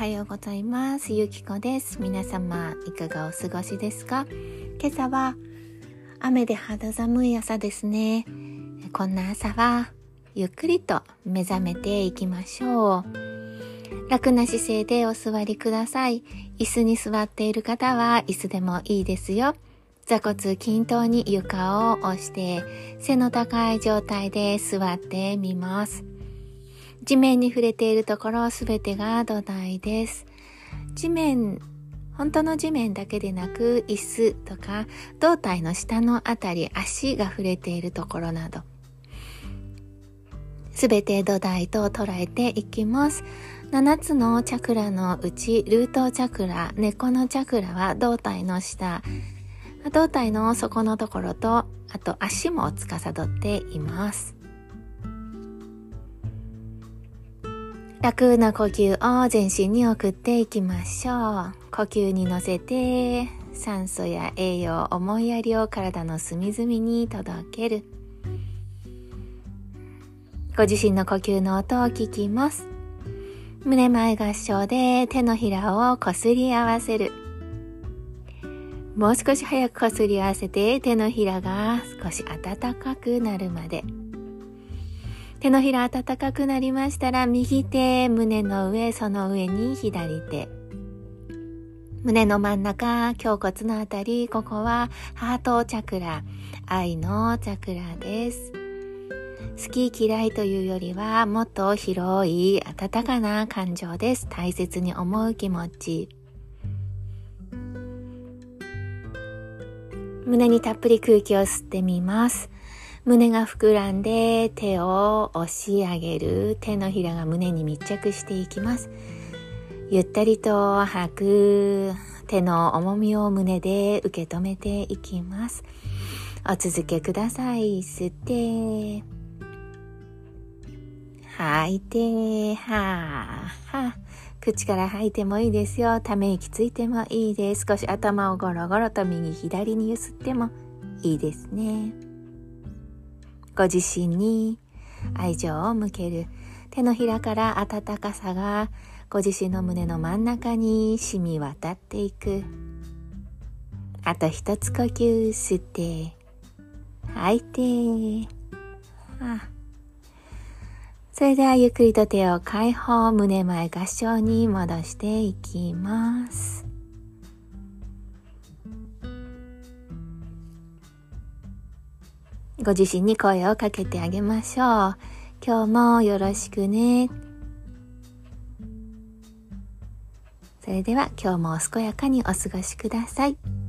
はようございます。ゆきこです。皆様いかがお過ごしですか？今朝は雨で肌寒い朝ですね。こんな朝はゆっくりと目覚めていきましょう。楽な姿勢でお座りください。椅子に座っている方は椅子でもいいですよ。座骨均等に床を押して背の高い状態で座ってみます。地面に触れているところすべてが土台です。本当の地面だけでなく椅子とか胴体の下のあたり、足が触れているところなどすべて土台と捉えていきます。7つのチャクラのうちルートチャクラ、根っこのチャクラは胴体の下、胴体の底のところと、あと足も司っています。楽な呼吸を全身に送っていきましょう。呼吸に乗せて酸素や栄養、思いやりを体の隅々に届ける。ご自身の呼吸の音を聞きます。胸前合掌で手のひらをこすり合わせる。もう少し早くこすり合わせて手のひらが少し温かくなるまで。手のひら温かくなりましたら右手、胸の上、その上に左手。胸の真ん中、胸骨のあたり、ここはハートチャクラ、愛のチャクラです。好き嫌いというよりはもっと広い温かな感情です。大切に思う気持ち。胸にたっぷり空気を吸ってみます。胸が膨らんで手を押し上げる。手のひらが胸に密着していきます。ゆったりと吐く。手の重みを胸で受け止めていきます。お続けください。吸って吐いて口から吐いてもいいですよ。ため息ついてもいいです。少し頭をゴロゴロと右左に揺すってもいいですね。ご自身に愛情を向ける。手のひらから温かさがご自身の胸の真ん中に染み渡っていく。あと一つ呼吸。吸って吐いてそれではゆっくりと手を解放、胸前合掌に戻していきます。ご自身に声をかけてあげましょう。今日もよろしくね。それでは今日も健やかにお過ごしください。